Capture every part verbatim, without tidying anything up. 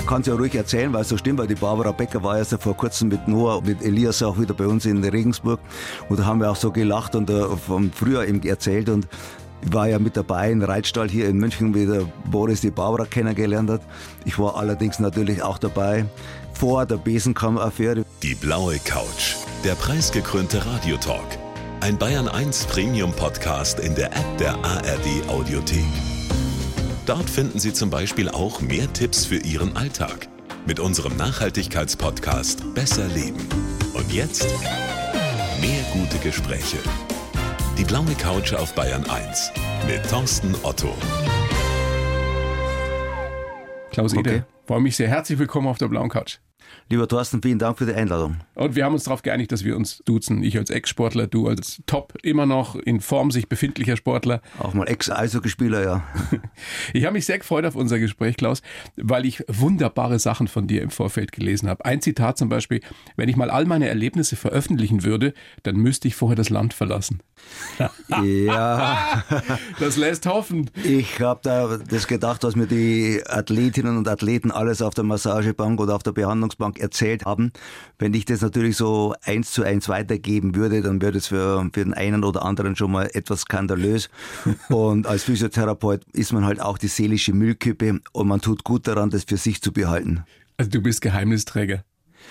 kann es ja ruhig erzählen, weil es so stimmt, weil die Barbara Becker war erst vor kurzem mit Noah, mit Elias auch wieder bei uns in Regensburg und da haben wir auch so gelacht und uh, vom Frühjahr eben erzählt und ich war ja mit dabei in Reitstall hier in München, wie der Boris die Barbara kennengelernt hat. Ich war allerdings natürlich auch dabei vor der Besenkammer-Affäre. Die blaue Couch, der preisgekrönte Radiotalk. Ein Bayern eins Premium-Podcast in der App der A R D Audiothek. Dort finden Sie zum Beispiel auch mehr Tipps für Ihren Alltag mit unserem Nachhaltigkeitspodcast Besser Leben. Und jetzt mehr gute Gespräche. Die blaue Couch auf Bayern eins mit Thorsten Otto. Klaus Eder, Okay. freue mich sehr. Herzlich willkommen auf der blauen Couch. Lieber Thorsten, vielen Dank für die Einladung. Und wir haben uns darauf geeinigt, dass wir uns duzen. Ich als Ex-Sportler, du als top, immer noch in Form sich befindlicher Sportler. Auch mal Ex-Eishockeyspieler, ja. Ich habe mich sehr gefreut auf unser Gespräch, Klaus, weil ich wunderbare Sachen von dir im Vorfeld gelesen habe. Ein Zitat zum Beispiel: Wenn ich mal all meine Erlebnisse veröffentlichen würde, dann müsste ich vorher das Land verlassen. Ja, Das lässt hoffen. ich habe da das gedacht, was mir die Athletinnen und Athleten alles auf der Massagebank oder auf der Behandlungsbank erzählt haben. Wenn ich das natürlich so eins zu eins weitergeben würde, dann wäre das für, für den einen oder anderen schon mal etwas skandalös. Und als Physiotherapeut ist man halt auch die seelische Müllkippe und man tut gut daran, das für sich zu behalten. Also du bist Geheimnisträger.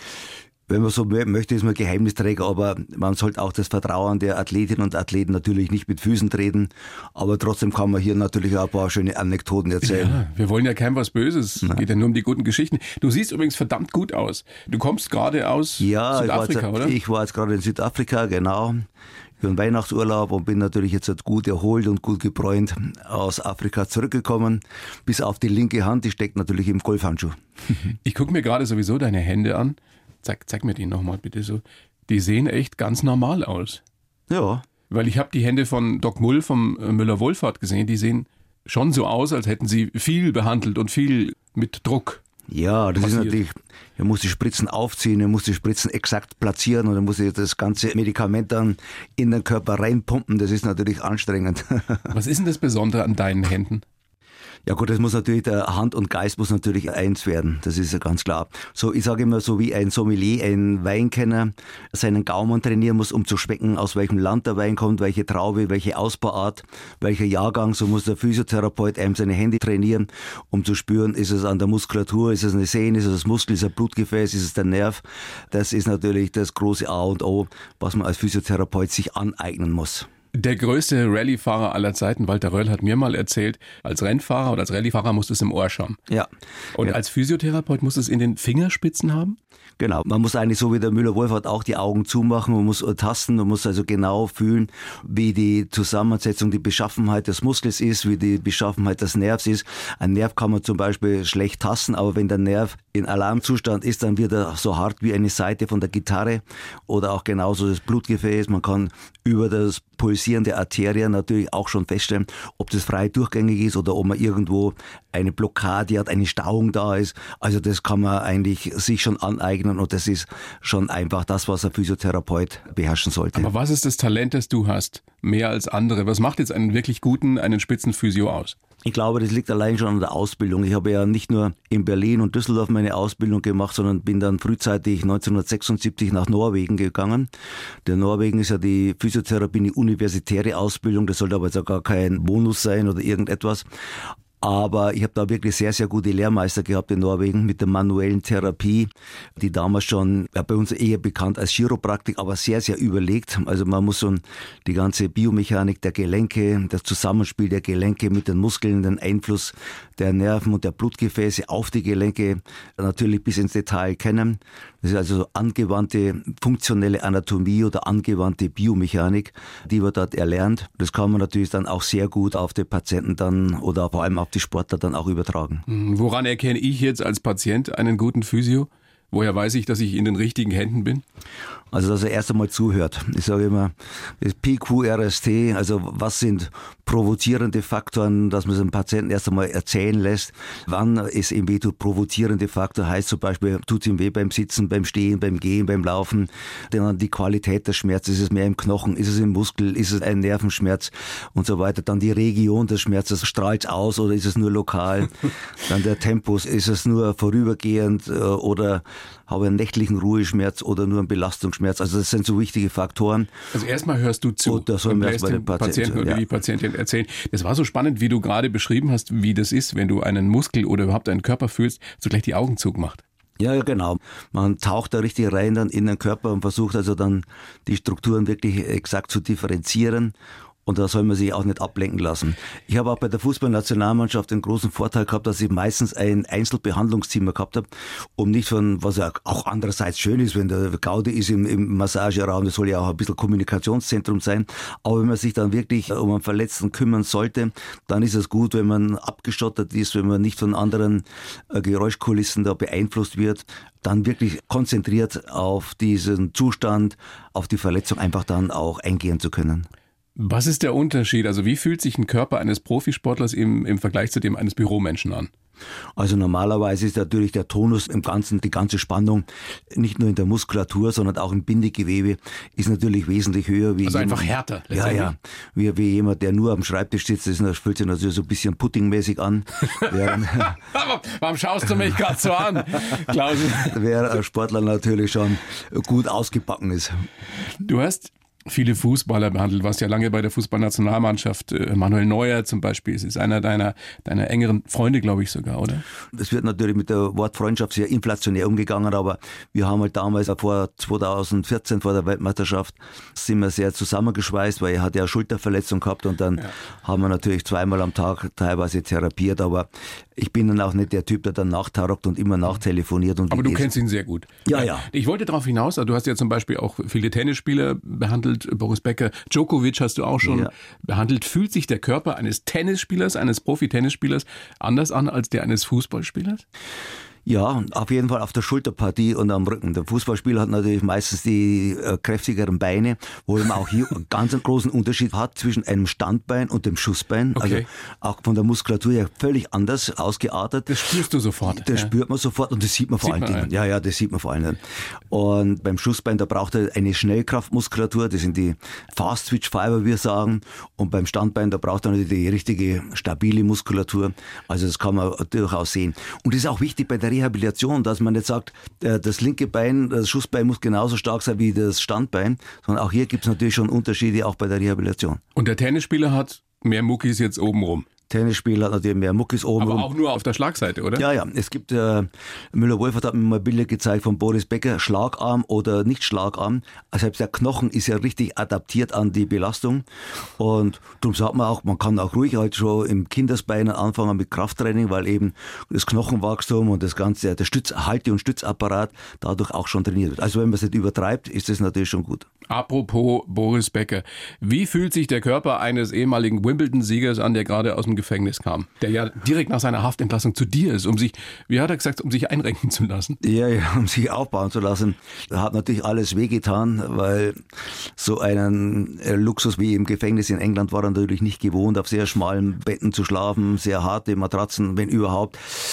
Wenn man so möchte, ist man Geheimnisträger, aber man sollte auch das Vertrauen der Athletinnen und Athleten natürlich nicht mit Füßen treten. Aber trotzdem kann man hier natürlich auch ein paar schöne Anekdoten erzählen. Ja, wir wollen ja kein was Böses. Es geht ja nur um die guten Geschichten. Du siehst übrigens verdammt gut aus. Du kommst gerade aus Ja, Südafrika, ich war, jetzt, oder? ich war jetzt gerade in Südafrika, genau, für einen Weihnachtsurlaub und bin natürlich jetzt gut erholt und gut gebräunt aus Afrika zurückgekommen. Bis auf die linke Hand, die steckt natürlich im Golfhandschuh. Ich gucke mir gerade sowieso deine Hände an. Zeig, zeig mir die nochmal bitte so. Die sehen echt ganz normal aus. Ja, Weil ich habe die Hände von Doc Mull vom äh, Müller-Wohlfahrt gesehen. Die sehen schon so aus, als hätten sie viel behandelt und viel mit Druck. ja, das Passiert. ist natürlich, er muss die Spritzen aufziehen, er muss die Spritzen exakt platzieren und er muss das ganze Medikament dann in den Körper reinpumpen. Das ist natürlich anstrengend. Was ist denn das Besondere an deinen Händen? Ja gut, das muss natürlich, der Hand und Geist muss natürlich eins werden, das ist ja ganz klar. So, ich sage immer, so wie ein Sommelier, ein Weinkenner seinen Gaumen trainieren muss, um zu schmecken, aus welchem Land der Wein kommt, welche Traube, welche Ausbauart, welcher Jahrgang, so muss der Physiotherapeut einem seine Hände trainieren, um zu spüren, ist es an der Muskulatur, ist es eine Sehne, ist es das Muskel, ist es ein Blutgefäß, ist es der Nerv. Das ist natürlich das große A und O, was man als Physiotherapeut sich aneignen muss. Der größte Rallye-Fahrer aller Zeiten, Walter Röll, hat mir mal erzählt, als Rennfahrer oder als Rallye-Fahrer muss es im Ohr schauen. Ja. Und ja. als Physiotherapeut muss es in den Fingerspitzen haben? Genau, man muss eigentlich so wie der Müller-Wohlfahrt auch die Augen zumachen, man muss tasten, man muss also genau fühlen, wie die Zusammensetzung, die Beschaffenheit des Muskels ist, wie die Beschaffenheit des Nervs ist. Ein Nerv kann man zum Beispiel schlecht tasten, aber wenn der Nerv in Alarmzustand ist, dann wird er so hart wie eine Saite von der Gitarre oder auch genauso das Blutgefäß. Man kann über das Pulsieren der Arterien natürlich auch schon feststellen, ob das frei durchgängig ist oder ob man irgendwo eine Blockade hat, eine Stauung da ist. Also das kann man eigentlich sich schon aneignen und das ist schon einfach das, was ein Physiotherapeut beherrschen sollte. Aber was ist das Talent, das du hast, mehr als andere? Was macht jetzt einen wirklich guten, einen Spitzenphysio aus? Ich glaube, das liegt allein schon an der Ausbildung. Ich habe ja nicht nur in Berlin und Düsseldorf meine Ausbildung gemacht, sondern bin dann frühzeitig neunzehnhundertsechsundsiebzig nach Norwegen gegangen. Der Norwegen ist ja die Physiotherapie, eine universitäre Ausbildung. Das sollte aber jetzt auch gar kein Bonus sein oder irgendetwas. Aber ich habe da wirklich sehr, sehr gute Lehrmeister gehabt in Norwegen mit der manuellen Therapie, die damals schon ja, bei uns eher bekannt als Chiropraktik, aber sehr, sehr überlegt. Also man muss so die ganze Biomechanik der Gelenke, das Zusammenspiel der Gelenke mit den Muskeln, den Einfluss der Nerven und der Blutgefäße auf die Gelenke natürlich bis ins Detail kennen. Das ist also so angewandte funktionelle Anatomie oder angewandte Biomechanik, die man dort erlernt. Das kann man natürlich dann auch sehr gut auf die Patienten dann oder vor allem auf die Sportler dann auch übertragen. Woran erkenne ich jetzt als Patient einen guten Physio? Woher weiß ich, dass ich in den richtigen Händen bin? Also, dass er erst einmal zuhört. Ich sage immer, das P Q R S T, also was sind provozierende Faktoren, dass man es dem Patienten erst einmal erzählen lässt, wann es ihm weh tut. Provozierende Faktor heißt zum Beispiel, tut es ihm weh beim Sitzen, beim Stehen, beim Gehen, beim Laufen. Dann die Qualität des Schmerzes, ist es mehr im Knochen, ist es im Muskel, ist es ein Nervenschmerz und so weiter. Dann die Region des Schmerzes, strahlt es aus oder ist es nur lokal? Dann der Tempus, ist es nur vorübergehend oder habe einen nächtlichen Ruheschmerz oder nur einen Belastungsschmerz. Also das sind so wichtige Faktoren. Also erstmal hörst du zu und, das soll und mir lässt den den Patienten, Patienten oder ja. die Patientin erzählen. Das war so spannend, wie du gerade beschrieben hast, wie das ist, wenn du einen Muskel oder überhaupt einen Körper fühlst, so gleich die Augen zugemacht. Ja, ja, genau. Man taucht da richtig rein dann in den Körper und versucht also dann die Strukturen wirklich exakt zu differenzieren. Und da soll man sich auch nicht ablenken lassen. Ich habe auch bei der Fußballnationalmannschaft den großen Vorteil gehabt, dass ich meistens ein Einzelbehandlungszimmer gehabt habe, um nicht von, was ja auch andererseits schön ist, wenn der Gaudi ist im, im Massageraum, das soll ja auch ein bisschen Kommunikationszentrum sein. Aber wenn man sich dann wirklich um einen Verletzten kümmern sollte, dann ist es gut, wenn man abgeschottet ist, wenn man nicht von anderen äh, Geräuschkulissen da beeinflusst wird, dann wirklich konzentriert auf diesen Zustand, auf die Verletzung einfach dann auch eingehen zu können. Was ist der Unterschied? Also wie fühlt sich ein Körper eines Profisportlers im, im Vergleich zu dem eines Büromenschen an? Also normalerweise ist natürlich der Tonus im Ganzen, die ganze Spannung, nicht nur in der Muskulatur, sondern auch im Bindegewebe, ist natürlich wesentlich höher. Wie also jemand, einfach härter. Ja, ja. Wie, wie jemand, der nur am Schreibtisch sitzt, das fühlt sich natürlich so ein bisschen puddingmäßig an. Aber warum schaust du mich gerade so an, Klaus? Während ein Sportler natürlich schon gut ausgebacken ist. Du hast viele Fußballer behandelt, warst ja lange bei der Fußballnationalmannschaft. Manuel Neuer zum Beispiel, es ist einer deiner, deiner engeren Freunde, glaube ich sogar, oder? Es wird natürlich mit der Wortfreundschaft sehr inflationär umgegangen, aber wir haben halt damals vor zweitausendvierzehn, vor der Weltmeisterschaft, sind wir sehr zusammengeschweißt, weil er hat ja eine Schulterverletzung gehabt und dann ja. haben wir natürlich zweimal am Tag teilweise therapiert, aber ich bin dann auch nicht der Typ, der dann nachtaugt und immer nachtelefoniert. Und aber du kennst ihn sehr gut. Ja, ja. Ich wollte darauf hinaus, du hast ja zum Beispiel auch viele Tennisspieler behandelt, Boris Becker, Djokovic hast du auch schon ja. behandelt. Fühlt sich der Körper eines Tennisspielers, eines Profi-Tennisspielers anders an als der eines Fußballspielers? Ja, auf jeden Fall auf der Schulterpartie und am Rücken. Der Fußballspieler hat natürlich meistens die äh, kräftigeren Beine, wo man auch hier einen ganz großen Unterschied hat zwischen einem Standbein und dem Schussbein. Okay. Also auch von der Muskulatur her völlig anders ausgeartet. Das spürst du sofort. Das ja. spürt man sofort und das sieht man vor sieht allen man, Dingen. Ja. ja, ja, das sieht man vor allen Dingen. Und beim Schussbein, da braucht er eine Schnellkraftmuskulatur, das sind die Fast-Twitch-Fiber, wir sagen. Und beim Standbein, da braucht er natürlich die richtige, stabile Muskulatur. Also das kann man durchaus sehen. Und das ist auch wichtig bei der Rehabilitation, dass man nicht sagt, das linke Bein, das Schussbein muss genauso stark sein wie das Standbein, sondern auch hier gibt es natürlich schon Unterschiede, auch bei der Rehabilitation. Und der Tennisspieler hat mehr Muckis jetzt obenrum? Tennisspieler hat natürlich mehr Muckis oben. Aber rum. auch nur auf der Schlagseite, oder? Ja, ja. Es gibt, äh, Müller-Wolf hat mir mal Bilder gezeigt von Boris Becker, Schlagarm oder nicht Schlagarm. Also selbst der Knochen ist ja richtig adaptiert an die Belastung. Und darum sagt man auch, man kann auch ruhig halt schon im Kindesbein anfangen mit Krafttraining, weil eben das Knochenwachstum und das ganze, der Stütz, Halte- und Stützapparat dadurch auch schon trainiert wird. Also wenn man es nicht übertreibt, ist das natürlich schon gut. Apropos Boris Becker. Wie fühlt sich der Körper eines ehemaligen Wimbledon-Siegers an, der gerade aus dem Gefängnis kam, der ja direkt nach seiner Haftentlassung zu dir ist, um sich, wie hat er gesagt, um sich einrenken zu lassen? Ja, ja, um sich aufbauen zu lassen. Da hat natürlich alles wehgetan, weil so einen Luxus wie im Gefängnis in England war er natürlich nicht gewohnt, auf sehr schmalen Betten zu schlafen, sehr harte Matratzen, wenn überhaupt.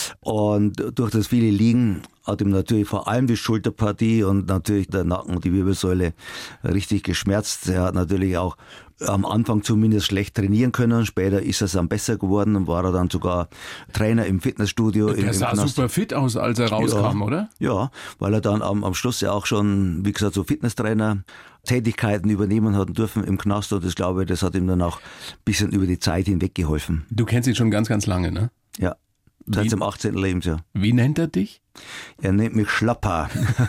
Und durch das viele Liegen hat ihm natürlich vor allem die Schulterpartie und natürlich der Nacken und die Wirbelsäule richtig geschmerzt. Er hat natürlich auch am Anfang zumindest schlecht trainieren können. Später ist es dann besser geworden und war er dann sogar Trainer im Fitnessstudio. Der im, im sah Knast. super fit aus, als er rauskam, ja, oder? Ja, weil er dann am, am Schluss ja auch schon, wie gesagt, so Fitnesstrainer Tätigkeiten übernehmen hat dürfen im Knast und ich glaube, das hat ihm dann auch ein bisschen über die Zeit hinweg geholfen. Du kennst ihn schon ganz, ganz lange, ne? Ja, seit dem achtzehnten Lebensjahr. Wie nennt er dich? Er nennt mich Schlapper.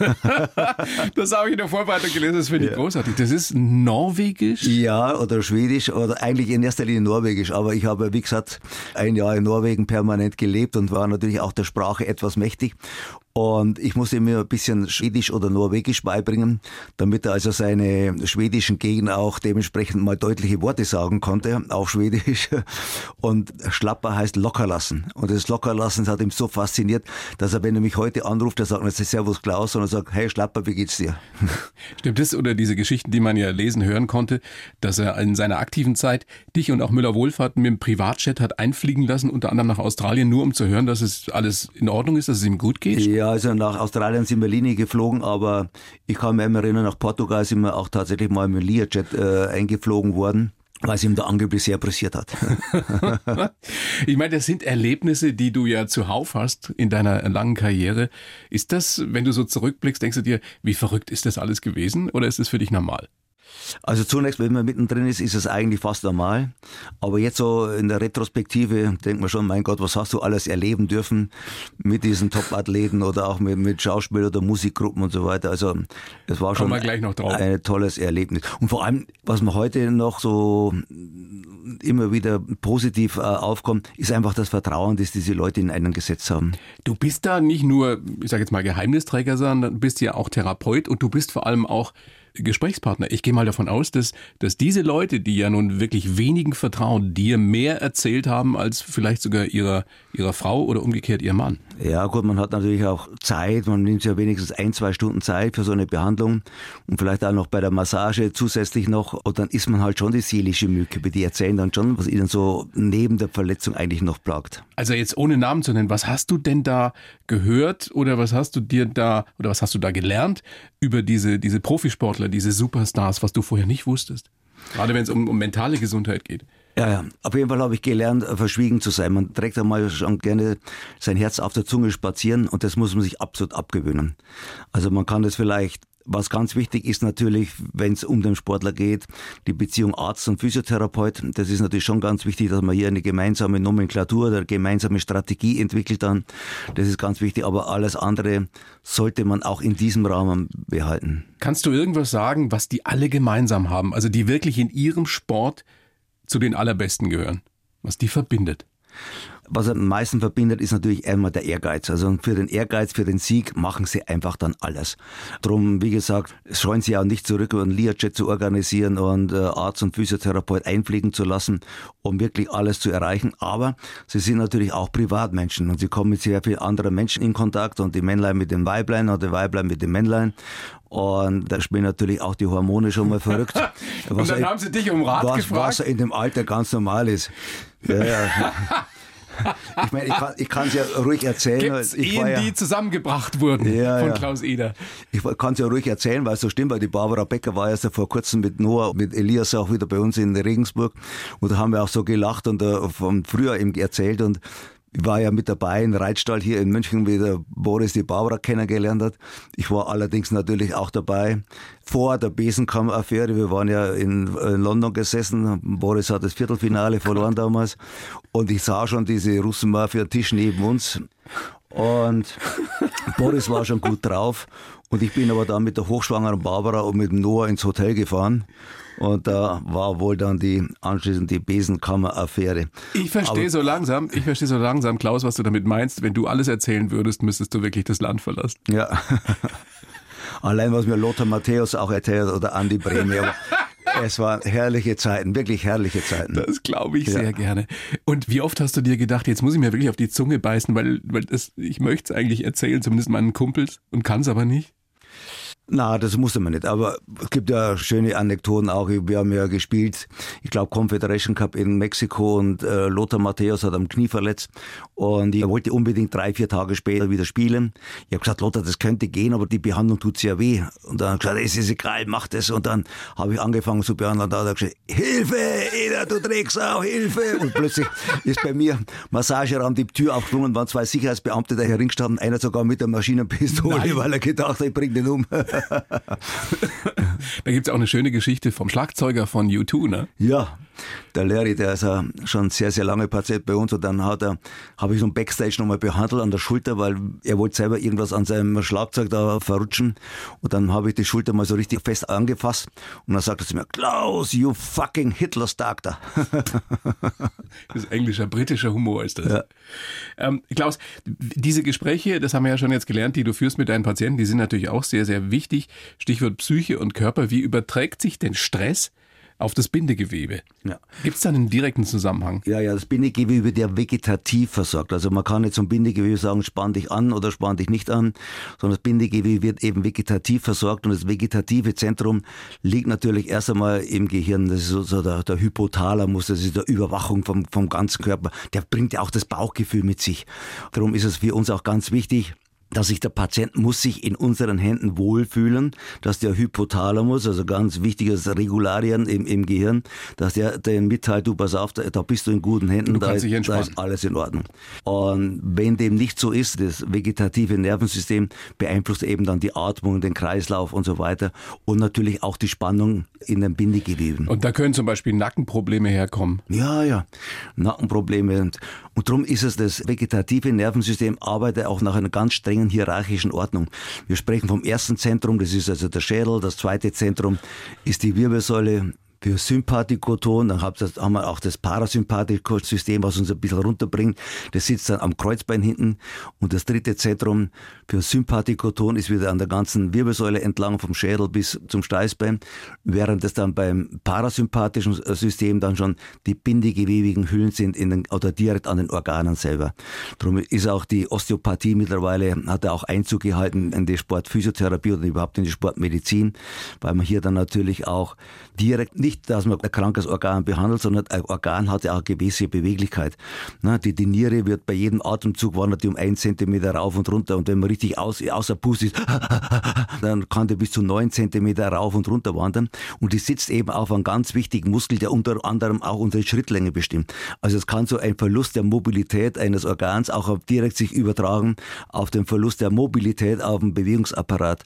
Das habe ich in der Vorbereitung gelesen, das finde ich ja. großartig. Das ist norwegisch? Ja, oder schwedisch oder eigentlich in erster Linie norwegisch. Aber ich habe, wie gesagt, ein Jahr in Norwegen permanent gelebt und war natürlich auch der Sprache etwas mächtig. Und ich musste mir ein bisschen Schwedisch oder Norwegisch beibringen, damit er also seine schwedischen Gegner auch dementsprechend mal deutliche Worte sagen konnte, auf Schwedisch. Und Schlapper heißt lockerlassen. Und das Lockerlassen hat ihm so fasziniert, dass er, wenn er mich heute anruft, er sagt nicht Servus Klaus, sondern sagt, hey Schlapper, wie geht's dir? Stimmt es, oder diese Geschichten, die man ja lesen, hören konnte, dass er in seiner aktiven Zeit dich und auch Müller-Wohlfahrt mit dem Privatjet hat einfliegen lassen, unter anderem nach Australien, nur um zu hören, dass es alles in Ordnung ist, dass es ihm gut geht? Ja, also nach Australien sind wir Linie geflogen, aber ich kann mich immer erinnern, nach Portugal sind wir auch tatsächlich mal mit dem Learjet äh, eingeflogen worden, weil es ihm da angeblich sehr pressiert hat. Ich meine, das sind Erlebnisse, die du ja zuhauf hast in deiner langen Karriere. Ist das, wenn du so zurückblickst, denkst du dir, wie verrückt ist das alles gewesen, oder ist das für dich normal? Also zunächst, wenn man mittendrin ist, ist es eigentlich fast normal. Aber jetzt so in der Retrospektive denkt man schon, mein Gott, was hast du alles erleben dürfen mit diesen Top-Athleten oder auch mit, mit Schauspiel- oder Musikgruppen und so weiter. Also es war schon Kommen wir gleich noch drauf. Ein tolles Erlebnis. Und vor allem, was mir heute noch so immer wieder positiv äh, aufkommt, ist einfach das Vertrauen, das diese Leute in einen gesetzt haben. Du bist da nicht nur, ich sage jetzt mal Geheimnisträger, sondern du bist ja auch Therapeut und du bist vor allem auch Gesprächspartner. Ich gehe mal davon aus, dass, dass diese Leute, die ja nun wirklich wenigen vertrauen, dir mehr erzählt haben als vielleicht sogar ihrer, ihrer Frau oder umgekehrt ihr Mann. Ja gut, man hat natürlich auch Zeit, man nimmt sich ja wenigstens ein, zwei Stunden Zeit für so eine Behandlung und vielleicht auch noch bei der Massage zusätzlich noch und dann ist man halt schon die seelische Mücke, die erzählen dann schon, was ihnen so neben der Verletzung eigentlich noch plagt. Also jetzt ohne Namen zu nennen, was hast du denn da gehört oder was hast du dir da oder was hast du da gelernt über diese, diese Profisportler, diese Superstars, was du vorher nicht wusstest? Gerade wenn es um, um mentale Gesundheit geht. Ja, ja, auf jeden Fall habe ich gelernt, verschwiegen zu sein. Man trägt einmal schon gerne sein Herz auf der Zunge spazieren und das muss man sich absolut abgewöhnen. Also man kann das vielleicht, was ganz wichtig ist natürlich, wenn es um den Sportler geht, die Beziehung Arzt und Physiotherapeut. Das ist natürlich schon ganz wichtig, dass man hier eine gemeinsame Nomenklatur oder gemeinsame Strategie entwickelt dann. Das ist ganz wichtig, aber alles andere sollte man auch in diesem Rahmen behalten. Kannst du irgendwas sagen, was die alle gemeinsam haben, also die wirklich in ihrem Sport zu den Allerbesten gehören, was die verbindet? Was am meisten verbindet, ist natürlich einmal der Ehrgeiz. Also für den Ehrgeiz, für den Sieg machen sie einfach dann alles. Drum, wie gesagt, scheuen sie auch nicht zurück, einen Learjet zu organisieren und äh, Arzt und Physiotherapeut einfliegen zu lassen, um wirklich alles zu erreichen. Aber sie sind natürlich auch Privatmenschen und sie kommen mit sehr vielen anderen Menschen in Kontakt und die Männlein mit dem Weiblein oder die Weiblein mit dem Männlein. Und da spielen natürlich auch die Hormone schon mal verrückt. Und dann haben sie dich um Rat was, gefragt? Was in dem Alter ganz normal ist. Ja, ja. Ich meine, ich kann es ja ruhig erzählen. Gibt's ich Ehen, ja, die zusammengebracht wurden ja, von ja. Klaus Eder? Ich kann es ja ruhig erzählen, weil es so stimmt, weil die Barbara Becker war ja so vor kurzem mit Noah, mit Elias auch wieder bei uns in Regensburg und da haben wir auch so gelacht und uh, vom Frühjahr eben erzählt und ich war ja mit dabei in Reitstall hier in München, wie der Boris die Barbara kennengelernt hat. Ich war allerdings natürlich auch dabei vor der Besenkammer-Affäre. Wir waren ja in, in London gesessen. Boris hat das Viertelfinale verloren damals. Und ich sah schon diese Russenmafia-Tisch neben uns. Und Boris war schon gut drauf. Und ich bin aber dann mit der hochschwangeren Barbara und mit dem Noah ins Hotel gefahren. Und da war wohl dann die anschließend die Besenkammer-Affäre. Ich verstehe so langsam, ich verstehe so langsam, Klaus, was du damit meinst. Wenn du alles erzählen würdest, müsstest du wirklich das Land verlassen. Ja. Allein was mir Lothar Matthäus auch erzählt oder Andi Brehme. Aber es waren herrliche Zeiten, wirklich herrliche Zeiten. Das glaube ich Ja. sehr gerne. Und wie oft hast du dir gedacht, jetzt muss ich mir wirklich auf die Zunge beißen, weil, weil das, ich möchte es eigentlich erzählen, zumindest meinen Kumpels, und kann es aber nicht? Na, das musste man nicht. Aber es gibt ja schöne Anekdoten auch. Wir haben ja gespielt, ich glaube Confederation Cup in Mexiko und äh, Lothar Matthäus hat am Knie verletzt und er wollte unbedingt drei, vier Tage später wieder spielen. Ich habe gesagt, Lothar, das könnte gehen, aber die Behandlung tut sehr weh. Und dann habe ich gesagt, es ist egal, mach das. Und dann habe ich angefangen zu behandeln und da hat er gesagt, Hilfe, Eder, du Drecksau, Hilfe. Und plötzlich ist bei mir im Massageraum die Tür aufgesprungen, waren zwei Sicherheitsbeamte da heringestanden, einer sogar mit der Maschinenpistole, Nein. weil er gedacht hat, ich bring den um. Da gibt es auch eine schöne Geschichte vom Schlagzeuger von U zwei, ne? Ja, Der Larry, der ist ja schon sehr, sehr lange Patient bei uns und dann hat er, habe ich so ein Backstage nochmal behandelt an der Schulter, weil er wollte selber irgendwas an seinem Schlagzeug da verrutschen und dann habe ich die Schulter mal so richtig fest angefasst und dann sagt er zu mir, Klaus, you fucking Hitler-Starter. Das ist englischer, britischer Humor ist das. Ja. Ähm, Klaus, diese Gespräche, das haben wir ja schon jetzt gelernt, die du führst mit deinen Patienten, die sind natürlich auch sehr, sehr wichtig. Stichwort Psyche und Körper. Wie überträgt sich denn Stress auf das Bindegewebe? Ja. Gibt es da einen direkten Zusammenhang? Ja, ja, das Bindegewebe wird ja vegetativ versorgt. Also man kann nicht zum Bindegewebe sagen, spann dich an oder spann dich nicht an, sondern das Bindegewebe wird eben vegetativ versorgt und das vegetative Zentrum liegt natürlich erst einmal im Gehirn. Das ist so, so der, der Hypothalamus, das ist die Überwachung vom, vom ganzen Körper. Der bringt ja auch das Bauchgefühl mit sich. Darum ist es für uns auch ganz wichtig, dass sich der Patient muss sich in unseren Händen wohlfühlen, dass der Hypothalamus, also ganz wichtiges Regularien im, im Gehirn, dass der den mitteilt, du pass auf, da, da bist du in guten Händen, du da, kannst dich da ist alles in Ordnung. Und wenn dem nicht so ist, das vegetative Nervensystem beeinflusst eben dann die Atmung, den Kreislauf und so weiter und natürlich auch die Spannung in den Bindegeweben. Und da können zum Beispiel Nackenprobleme herkommen. Ja, ja, Nackenprobleme. Und, und darum ist es, das vegetative Nervensystem arbeitet auch nach einer ganz strengen hierarchischen Ordnung. Wir sprechen vom ersten Zentrum, das ist also der Schädel, das zweite Zentrum ist die Wirbelsäule, für Sympathikoton, dann haben wir auch das Parasympathikossystem, was uns ein bisschen runterbringt. Das sitzt dann am Kreuzbein hinten. Und das dritte Zentrum für Sympathikoton ist wieder an der ganzen Wirbelsäule entlang vom Schädel bis zum Steißbein, während das dann beim parasympathischen System dann schon die bindegewebigen Hüllen sind in den, oder direkt an den Organen selber. Darum ist auch die Osteopathie mittlerweile, hat er auch Einzug gehalten in die Sportphysiotherapie oder überhaupt in die Sportmedizin, weil man hier dann natürlich auch direkt nicht, dass man ein krankes Organ behandelt, sondern ein Organ hat ja auch eine gewisse Beweglichkeit. Die, die Niere wird bei jedem Atemzug wandert die um einen Zentimeter rauf und runter und wenn man richtig aus, außer Puste ist, dann kann die bis zu neun Zentimeter rauf und runter wandern und die sitzt eben auf einem ganz wichtigen Muskel, der unter anderem auch unsere Schrittlänge bestimmt. Also es kann so ein Verlust der Mobilität eines Organs auch direkt sich übertragen auf den Verlust der Mobilität auf den Bewegungsapparat.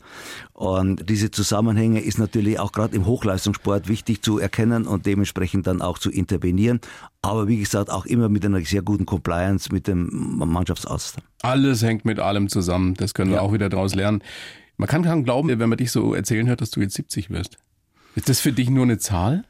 Und diese Zusammenhänge ist natürlich auch gerade im Hochleistungssport wichtig zu erkennen und dementsprechend dann auch zu intervenieren. Aber wie gesagt, auch immer mit einer sehr guten Compliance mit dem Mannschaftsarzt. Alles hängt mit allem zusammen. Das können wir ja auch wieder daraus lernen. Man kann kaum glauben, wenn man dich so erzählen hört, dass du jetzt siebzig wirst. Ist das für dich nur eine Zahl?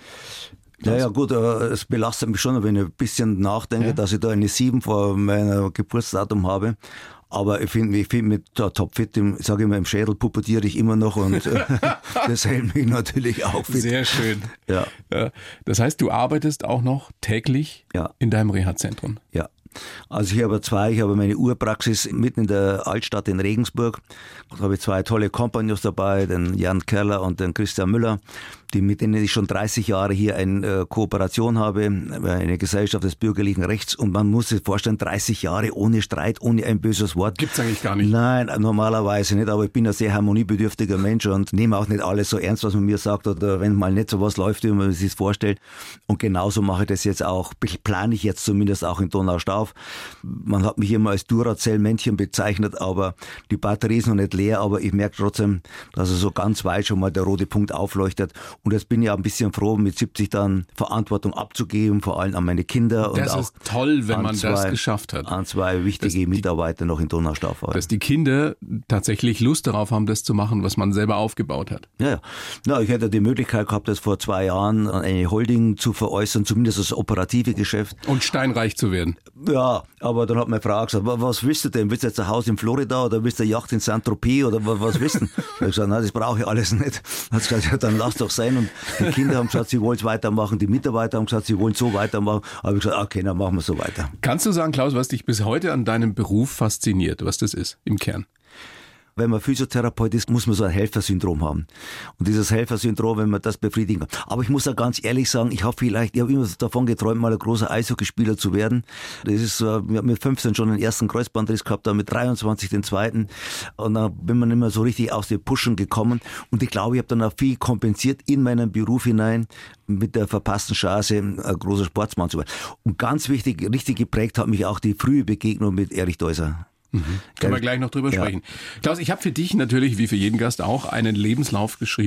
Ja, ja, gut, es belastet mich schon, wenn ich ein bisschen nachdenke, ja, dass ich da eine sieben vor meiner Geburtsdatum habe. Aber ich finde ich find mit topfit, ich sage immer, im Schädel pubertiere ich immer noch und das hält mich natürlich auch fit. Sehr schön. Ja. Ja. Das heißt, du arbeitest auch noch täglich ja. in deinem Reha-Zentrum? Ja. Also ich habe zwei, ich habe meine Urpraxis mitten in der Altstadt in Regensburg. Da habe ich zwei tolle Kompagnons dabei, den Jan Kerler und den Christian Müller, die, mit denen ich schon dreißig Jahre hier eine äh, Kooperation habe, eine Gesellschaft des bürgerlichen Rechts. Und man muss sich vorstellen, dreißig Jahre ohne Streit, ohne ein böses Wort. Gibt's eigentlich gar nicht. Nein, normalerweise nicht, aber ich bin ein sehr harmoniebedürftiger Mensch und nehme auch nicht alles so ernst, was man mir sagt oder wenn mal nicht so was läuft, wie man sich das vorstellt. Und genauso mache ich das jetzt auch, plane ich jetzt zumindest auch in Donaustauf. Man hat mich immer als Duracell-Männchen bezeichnet, aber die Batterie ist noch nicht leer, aber ich merke trotzdem, dass er so ganz weit schon mal der rote Punkt aufleuchtet. Und jetzt bin ich auch ein bisschen froh, mit siebzig dann Verantwortung abzugeben, vor allem an meine Kinder. Das und auch ist toll, wenn man zwei, das geschafft hat. An zwei wichtige die, Mitarbeiter noch in Donaustauf. Dass die Kinder tatsächlich Lust darauf haben, das zu machen, was man selber aufgebaut hat. Ja, ja. Na, ich hätte die Möglichkeit gehabt, das vor zwei Jahren an eine Holding zu veräußern, zumindest das operative Geschäft. Und steinreich zu werden. Ja, aber dann hat meine Frau gesagt, was willst du denn? Willst du jetzt ein Haus in Florida oder willst du eine Yacht in Saint-Tropez oder was willst du? Ich habe gesagt, nein, das brauche ich alles nicht. Dann hat sie gesagt, ja, dann lass doch sein. Und die Kinder haben gesagt, sie wollen es weitermachen, die Mitarbeiter haben gesagt, sie wollen es so weitermachen. Aber ich gesagt, okay, dann machen wir so weiter. Kannst du sagen, Klaus, was dich bis heute an deinem Beruf fasziniert, was das ist im Kern? Wenn man Physiotherapeut ist, muss man so ein Helfersyndrom haben. Und dieses Helfersyndrom, wenn man das befriedigen kann. Aber ich muss auch ganz ehrlich sagen, ich habe vielleicht, ich habe immer davon geträumt, mal ein großer Eishockeyspieler zu werden. Das ist so, ich habe mit fünfzehn schon den ersten Kreuzbandriss gehabt, dann mit dreiundzwanzig den zweiten. Und dann bin man immer so richtig aus den Puschen gekommen. Und ich glaube, ich habe dann auch viel kompensiert in meinen Beruf hinein, mit der verpassten Chance, ein großer Sportsmann zu werden. Und ganz wichtig, richtig geprägt hat mich auch die frühe Begegnung mit Erich Deuser. Mhm. Können wir gleich noch drüber ja. sprechen. Klaus, ich habe für dich natürlich, wie für jeden Gast auch, einen Lebenslauf geschrieben.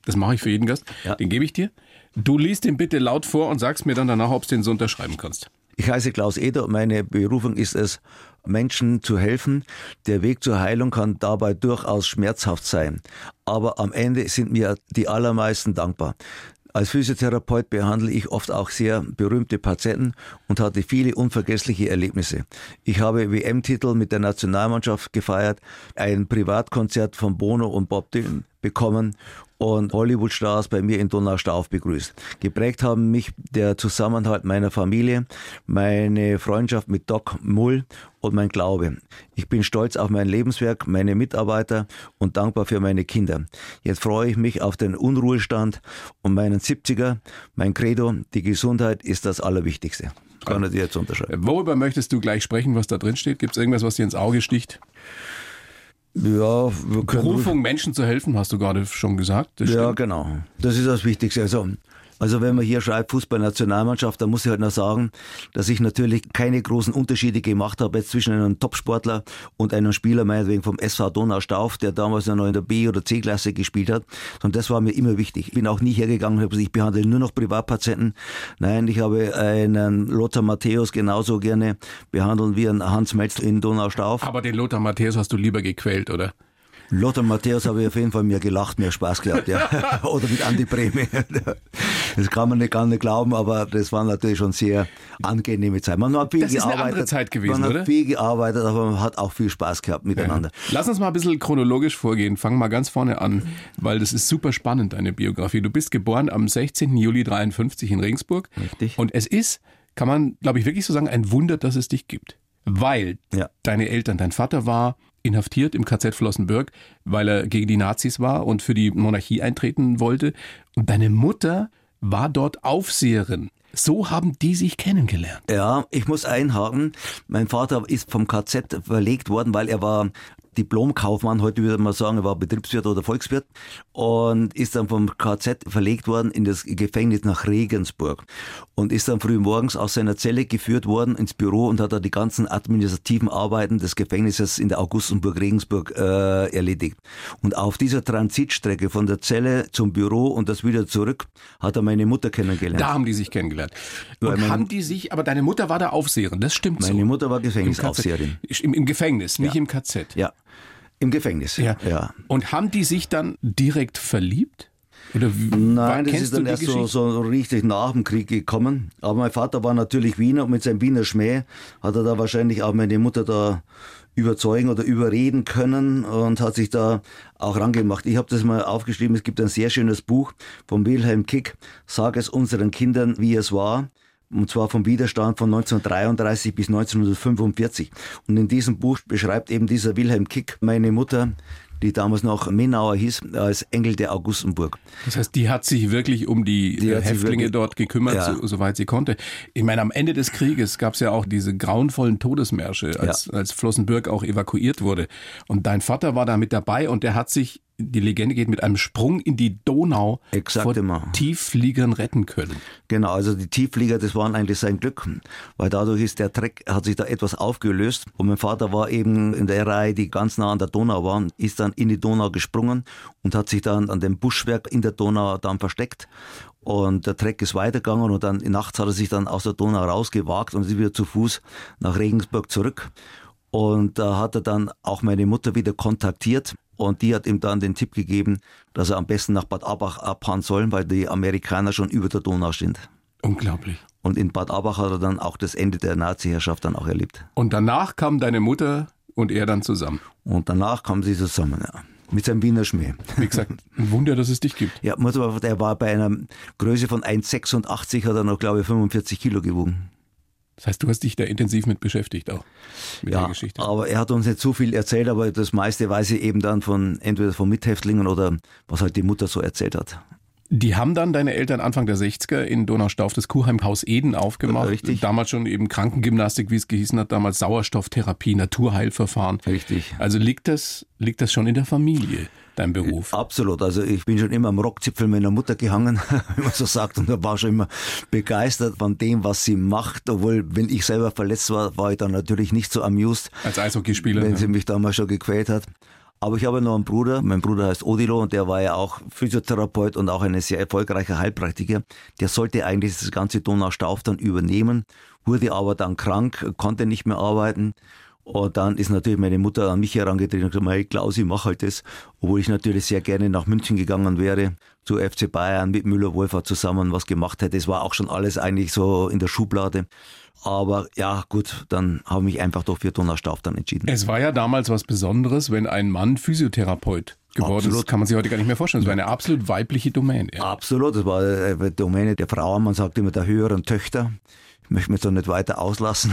Das mache ich für jeden Gast. Ja. Den gebe ich dir. Du liest den bitte laut vor und sagst mir dann danach, ob du den so unterschreiben kannst. Ich heiße Klaus Eder. Meine Berufung ist es, Menschen zu helfen. Der Weg zur Heilung kann dabei durchaus schmerzhaft sein. Aber am Ende sind mir die allermeisten dankbar. Als Physiotherapeut behandle ich oft auch sehr berühmte Patienten und hatte viele unvergessliche Erlebnisse. Ich habe W M-Titel mit der Nationalmannschaft gefeiert, ein Privatkonzert von Bono und Bob Dylan bekommen und Hollywood-Stars bei mir in Donaustauf begrüßt. Geprägt haben mich der Zusammenhalt meiner Familie, meine Freundschaft mit Doc Mull und mein Glaube. Ich bin stolz auf mein Lebenswerk, meine Mitarbeiter und dankbar für meine Kinder. Jetzt freue ich mich auf den Unruhestand und meinen siebziger. Mein Credo, die Gesundheit ist das Allerwichtigste. Kann ich dir jetzt unterschreiben. Worüber möchtest du gleich sprechen, was da drin steht? Gibt es irgendwas, was dir ins Auge sticht? Ja, wir können Berufung, Menschen zu helfen, hast du gerade schon gesagt. Das ja, stimmt. genau. Das ist das Wichtigste. Also, also wenn man hier schreibt Fußballnationalmannschaft, dann muss ich halt noch sagen, dass ich natürlich keine großen Unterschiede gemacht habe jetzt zwischen einem Topsportler und einem Spieler meinetwegen vom S V Donaustauf, der damals ja noch in der B- oder C-Klasse gespielt hat. Und das war mir immer wichtig. Ich bin auch nie hergegangen und habe gesagt, ich behandle nur noch Privatpatienten. Nein, ich habe einen Lothar Matthäus genauso gerne behandeln wie einen Hans Metz in Donaustauf. Aber den Lothar Matthäus hast du lieber gequält, oder? Lothar Matthäus habe ich auf jeden Fall mehr gelacht, mehr Spaß gehabt, ja. Oder mit Andi Brehme. Das kann man nicht gar nicht glauben, aber das war natürlich schon sehr angenehme Zeit. Man hat viel das ist gearbeitet. eine andere Zeit gewesen, man oder? hat viel gearbeitet, aber man hat auch viel Spaß gehabt miteinander. Ja. Lass uns mal ein bisschen chronologisch vorgehen. Fangen mal ganz vorne an, weil das ist super spannend, deine Biografie. Du bist geboren am sechzehnten Juli dreiundfünfzig in Regensburg. Richtig. Und es ist, kann man, glaube ich, wirklich so sagen, ein Wunder, dass es dich gibt. Weil Ja. deine Eltern, dein Vater war inhaftiert im K Z Flossenbürg, weil er gegen die Nazis war und für die Monarchie eintreten wollte. Und deine Mutter war dort Aufseherin. So haben die sich kennengelernt. Ja, ich muss einhaken. Mein Vater ist vom K Z verlegt worden, weil er war Diplomkaufmann, heute würde man sagen, er war Betriebswirt oder Volkswirt und ist dann vom K Z verlegt worden in das Gefängnis nach Regensburg und ist dann früh morgens aus seiner Zelle geführt worden ins Büro und hat da die ganzen administrativen Arbeiten des Gefängnisses in der Augustenburg Regensburg äh, erledigt. Und auf dieser Transitstrecke von der Zelle zum Büro und das wieder zurück hat er meine Mutter kennengelernt. Da haben die sich kennengelernt. Und Weil meine- haben die sich, aber deine Mutter war da Aufseherin, das stimmt so. Meine Mutter war Im K Z. Gefängnisaufseherin. Im, Im Gefängnis, nicht Ja. im K Z. Ja, im Gefängnis. Ja. ja. Und haben die sich dann direkt verliebt? Oder wie, Nein, das kennst ist dann du die erst so, Geschichte? so richtig nach dem Krieg gekommen. Aber mein Vater war natürlich Wiener und mit seinem Wiener Schmäh hat er da wahrscheinlich auch meine Mutter da überzeugen oder überreden können und hat sich da auch rangemacht. Ich habe das mal aufgeschrieben, es gibt ein sehr schönes Buch von Wilhelm Kick, Sag es unseren Kindern, wie es war. Und zwar vom Widerstand von neunzehnhundertdreiunddreißig bis neunzehnhundertfünfundvierzig. Und in diesem Buch beschreibt eben dieser Wilhelm Kick meine Mutter, die damals noch Menauer hieß, als Engel der Augustenburg. Das heißt, die hat sich wirklich um die, Die äh, hat sich Häftlinge wirklich- dort gekümmert, Ja. so, soweit sie konnte. Ich meine, am Ende des Krieges gab es ja auch diese grauenvollen Todesmärsche, als, als Flossenbürg auch evakuiert wurde. Und dein Vater war da mit dabei und der hat sich, die Legende geht, mit einem Sprung in die Donau Exakt vor immer. Tieffliegern retten können. Genau, also die Tiefflieger, das waren eigentlich sein Glück, weil dadurch ist der Dreck, hat sich da etwas aufgelöst und mein Vater war eben in der Reihe, die ganz nah an der Donau war, ist dann in die Donau gesprungen und hat sich dann an dem Buschwerk in der Donau dann versteckt. Und der Treck ist weitergegangen und dann nachts hat er sich dann aus der Donau rausgewagt und ist wieder zu Fuß nach Regensburg zurück. Und da hat er dann auch meine Mutter wieder kontaktiert und die hat ihm dann den Tipp gegeben, dass er am besten nach Bad Abbach abhauen soll, weil die Amerikaner schon über der Donau sind. Unglaublich. Und in Bad Abbach hat er dann auch das Ende der Nazi-Herrschaft dann auch erlebt. Und danach kamen deine Mutter und er dann zusammen. Und danach kamen sie zusammen, ja. Mit seinem Wiener Schmäh. Wie gesagt, ein Wunder, dass es dich gibt. Ja, muss aber, der war bei einer Größe von eins Komma sechsundachtzig, hat er noch, glaube ich, fünfundvierzig Kilo gewogen. Das heißt, du hast dich da intensiv mit beschäftigt auch, mit der Ja, Geschichte. aber er hat uns nicht so viel erzählt, aber das meiste weiß ich eben dann von, entweder von Mithäftlingen oder was halt die Mutter so erzählt hat. Die haben dann deine Eltern Anfang der sechziger in Donaustauf das Kuhheimhaus Eden aufgemacht. Richtig. Damals schon eben Krankengymnastik, wie es gehießen hat, damals Sauerstofftherapie, Naturheilverfahren. Richtig. Also liegt das, liegt das schon in der Familie, dein Beruf? Absolut. Also ich bin schon immer am Rockzipfel meiner Mutter gehangen, wie man so sagt, und da war schon immer begeistert von dem, was sie macht. Obwohl, wenn ich selber verletzt war, war ich dann natürlich nicht so amused, Als Eishockeyspieler. wenn ja. sie mich damals schon gequält hat. Aber ich habe noch einen Bruder, mein Bruder heißt Odilo und der war ja auch Physiotherapeut und auch ein sehr erfolgreicher Heilpraktiker. Der sollte eigentlich das ganze Donaustauf dann übernehmen, wurde aber dann krank, konnte nicht mehr arbeiten. Und dann ist natürlich meine Mutter an mich herangetreten und gesagt, hey Klaus, ich mach halt das. Obwohl ich natürlich sehr gerne nach München gegangen wäre, zu F C Bayern mit Müller-Wohlfahrt zusammen was gemacht hätte. Das war auch schon alles eigentlich so in der Schublade. Aber ja, gut, dann habe ich mich einfach doch für Donaustauf dann entschieden. Es war ja damals was Besonderes, wenn ein Mann Physiotherapeut geworden ist. Kann man sich heute gar nicht mehr vorstellen. Das war eine absolut weibliche Domäne. Ja. Absolut, das war eine Domäne der Frauen. Man sagt immer der höheren Töchter. Ich möchte mich so nicht weiter auslassen.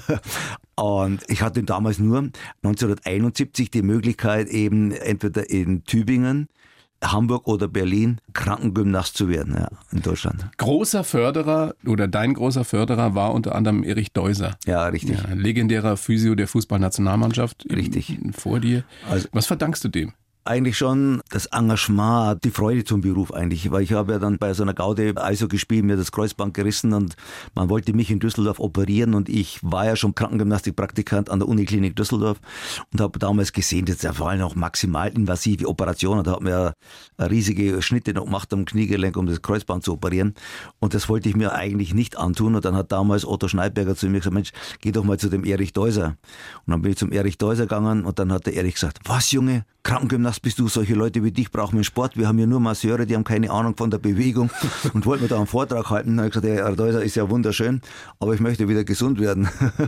Und ich hatte damals nur neunzehnhunderteinundsiebzig die Möglichkeit, eben entweder in Tübingen, Hamburg oder Berlin Krankengymnast zu werden, ja, in Deutschland. Großer Förderer oder dein großer Förderer war unter anderem Erich Deuser. Ja, richtig. Ja, ein legendärer Physio der Fußballnationalmannschaft. Richtig. Vor dir. Also, was verdankst du dem? Eigentlich schon das Engagement, die Freude zum Beruf eigentlich, weil ich habe ja dann bei so einer Gaude Eishockey gespielt, mir das Kreuzband gerissen und man wollte mich in Düsseldorf operieren und ich war ja schon Krankengymnastikpraktikant an der Uniklinik Düsseldorf und habe damals gesehen, das war noch maximal invasive Operationen, da hat man ja riesige Schnitte noch gemacht am Kniegelenk, um das Kreuzband zu operieren und das wollte ich mir eigentlich nicht antun und dann hat damals Otto Schneidberger zu mir gesagt, Mensch, geh doch mal zu dem Erich Deuser und dann bin ich zum Erich Deuser gegangen und dann hat der Erich gesagt, was Junge, Krankengymnast bist du, solche Leute wie dich brauchen wir im Sport. Wir haben ja nur Masseure, die haben keine Ahnung von der Bewegung und wollten mir da einen Vortrag halten. Da habe ich gesagt, Herr Deuser ist ja wunderschön, aber ich möchte wieder gesund werden.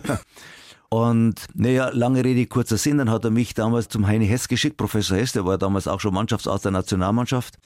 Und naja, lange Rede, kurzer Sinn, dann hat er mich damals zum Heini Hess geschickt, Professor Hess, der war damals auch schon Mannschaftsarzt der Nationalmannschaft.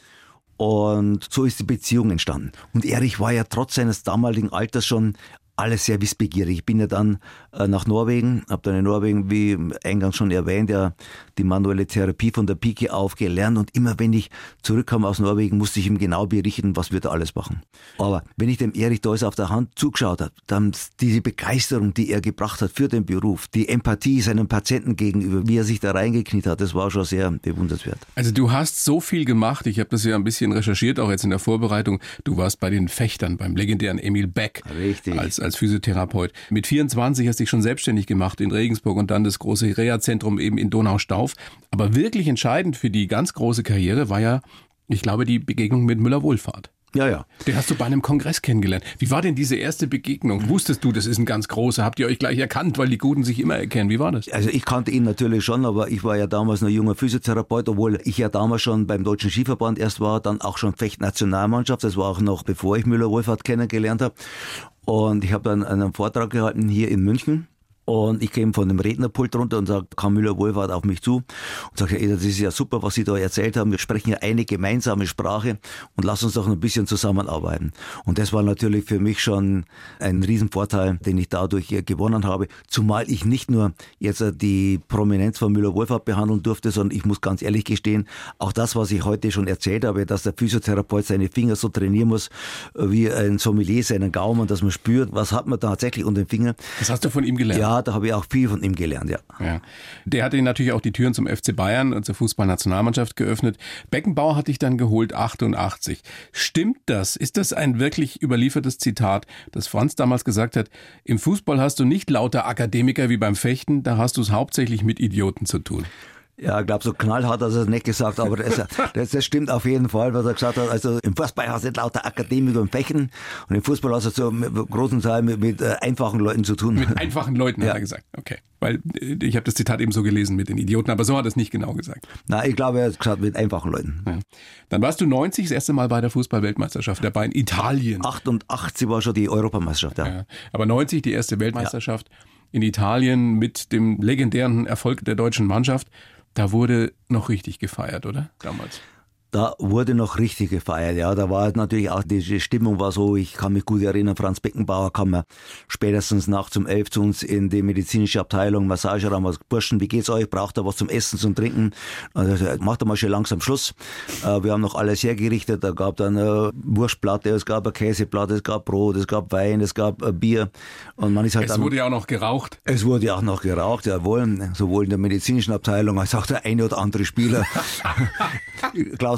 Und so ist die Beziehung entstanden. Und Erich war ja trotz seines damaligen Alters schon alles sehr wissbegierig. Ich bin ja dann äh, nach Norwegen, habe dann in Norwegen, wie eingangs schon erwähnt, ja die manuelle Therapie von der Pike auf gelernt und immer wenn ich zurückkam aus Norwegen, musste ich ihm genau berichten, was wir da alles machen. Aber wenn ich dem Erich Deuser auf der Hand zugeschaut habe, dann diese Begeisterung, die er gebracht hat für den Beruf, die Empathie seinem Patienten gegenüber, wie er sich da reingekniet hat, das war schon sehr bewundernswert. Also du hast so viel gemacht, ich habe das ja ein bisschen recherchiert, auch jetzt in der Vorbereitung, du warst bei den Fechtern, beim legendären Emil Beck. Richtig. Als, als Physiotherapeut. Mit vierundzwanzig hast du dich schon selbstständig gemacht in Regensburg und dann das große Reha-Zentrum eben in Donaustauf. Aber wirklich entscheidend für die ganz große Karriere war ja, ich glaube, die Begegnung mit Müller-Wohlfahrt. Ja, ja. Den hast du bei einem Kongress kennengelernt. Wie war denn diese erste Begegnung? Wusstest du, das ist ein ganz großer? Habt ihr euch gleich erkannt, weil die Guten sich immer erkennen? Wie war das? Also ich kannte ihn natürlich schon, aber ich war ja damals noch junger Physiotherapeut, obwohl ich ja damals schon beim Deutschen Skiverband erst war, dann auch schon Fecht-Nationalmannschaft. Das war auch noch bevor ich Müller-Wohlfahrt kennengelernt habe. Und ich habe dann einen Vortrag gehalten hier in München. Und ich käme von dem Rednerpult runter und sage, kam Müller-Wohlfahrt auf mich zu und sage, hey, das ist ja super, was Sie da erzählt haben. Wir sprechen ja eine gemeinsame Sprache und lass uns doch ein bisschen zusammenarbeiten. Und das war natürlich für mich schon ein Riesenvorteil, den ich dadurch gewonnen habe. Zumal ich nicht nur jetzt die Prominenz von Müller-Wohlfahrt behandeln durfte, sondern ich muss ganz ehrlich gestehen, auch das, was ich heute schon erzählt habe, dass der Physiotherapeut seine Finger so trainieren muss, wie ein Sommelier seinen Gaumen, dass man spürt, was hat man da tatsächlich unter dem Finger. Das hast du von ihm gelernt? Ja, da habe ich auch viel von ihm gelernt, ja. ja. Der hatte natürlich auch die Türen zum F C Bayern und zur Fußballnationalmannschaft geöffnet. Beckenbauer hat dich dann geholt, achtundachtzig. Stimmt das? Ist das ein wirklich überliefertes Zitat, das Franz damals gesagt hat, im Fußball hast du nicht lauter Akademiker wie beim Fechten, da hast du es hauptsächlich mit Idioten zu tun? Ja, ich glaube, so knallhart hat er es nicht gesagt, aber das, das, das stimmt auf jeden Fall, was er gesagt hat. Also im Fußball hast du nicht lauter Akademiker und Fechten und im Fußball hast du so mit großen Teil mit, mit äh, einfachen Leuten zu tun. Mit einfachen Leuten, ja. Hat er gesagt. Okay. Weil ich habe das Zitat eben so gelesen mit den Idioten, aber so hat er es nicht genau gesagt. Nein, ich glaube, er hat gesagt mit einfachen Leuten. Ja. Dann warst du neunzig das erste Mal bei der Fußball-Weltmeisterschaft dabei in Italien. achtundachtzig war schon die Europameisterschaft, ja. ja. Aber neunzig die erste Weltmeisterschaft ja. in Italien mit dem legendären Erfolg der deutschen Mannschaft. Da wurde noch richtig gefeiert, oder? Damals. Da wurde noch richtig gefeiert, ja. Da war natürlich auch, die Stimmung war so, ich kann mich gut erinnern, Franz Beckenbauer kam ja spätestens nachts um elf zu uns in die medizinische Abteilung, Massageraum, was, Burschen, wie geht's euch? Braucht ihr was zum Essen, zum Trinken? Also, macht mal schon langsam Schluss. Äh, wir haben noch alles hergerichtet, da gab dann eine Wurstplatte, es gab eine Käseplatte, es gab Brot, es gab Wein, es gab Bier. Und man ist halt es dann, wurde ja auch noch geraucht. Es wurde ja auch noch geraucht, jawohl, sowohl in der medizinischen Abteilung als auch der eine oder andere Spieler. Klaus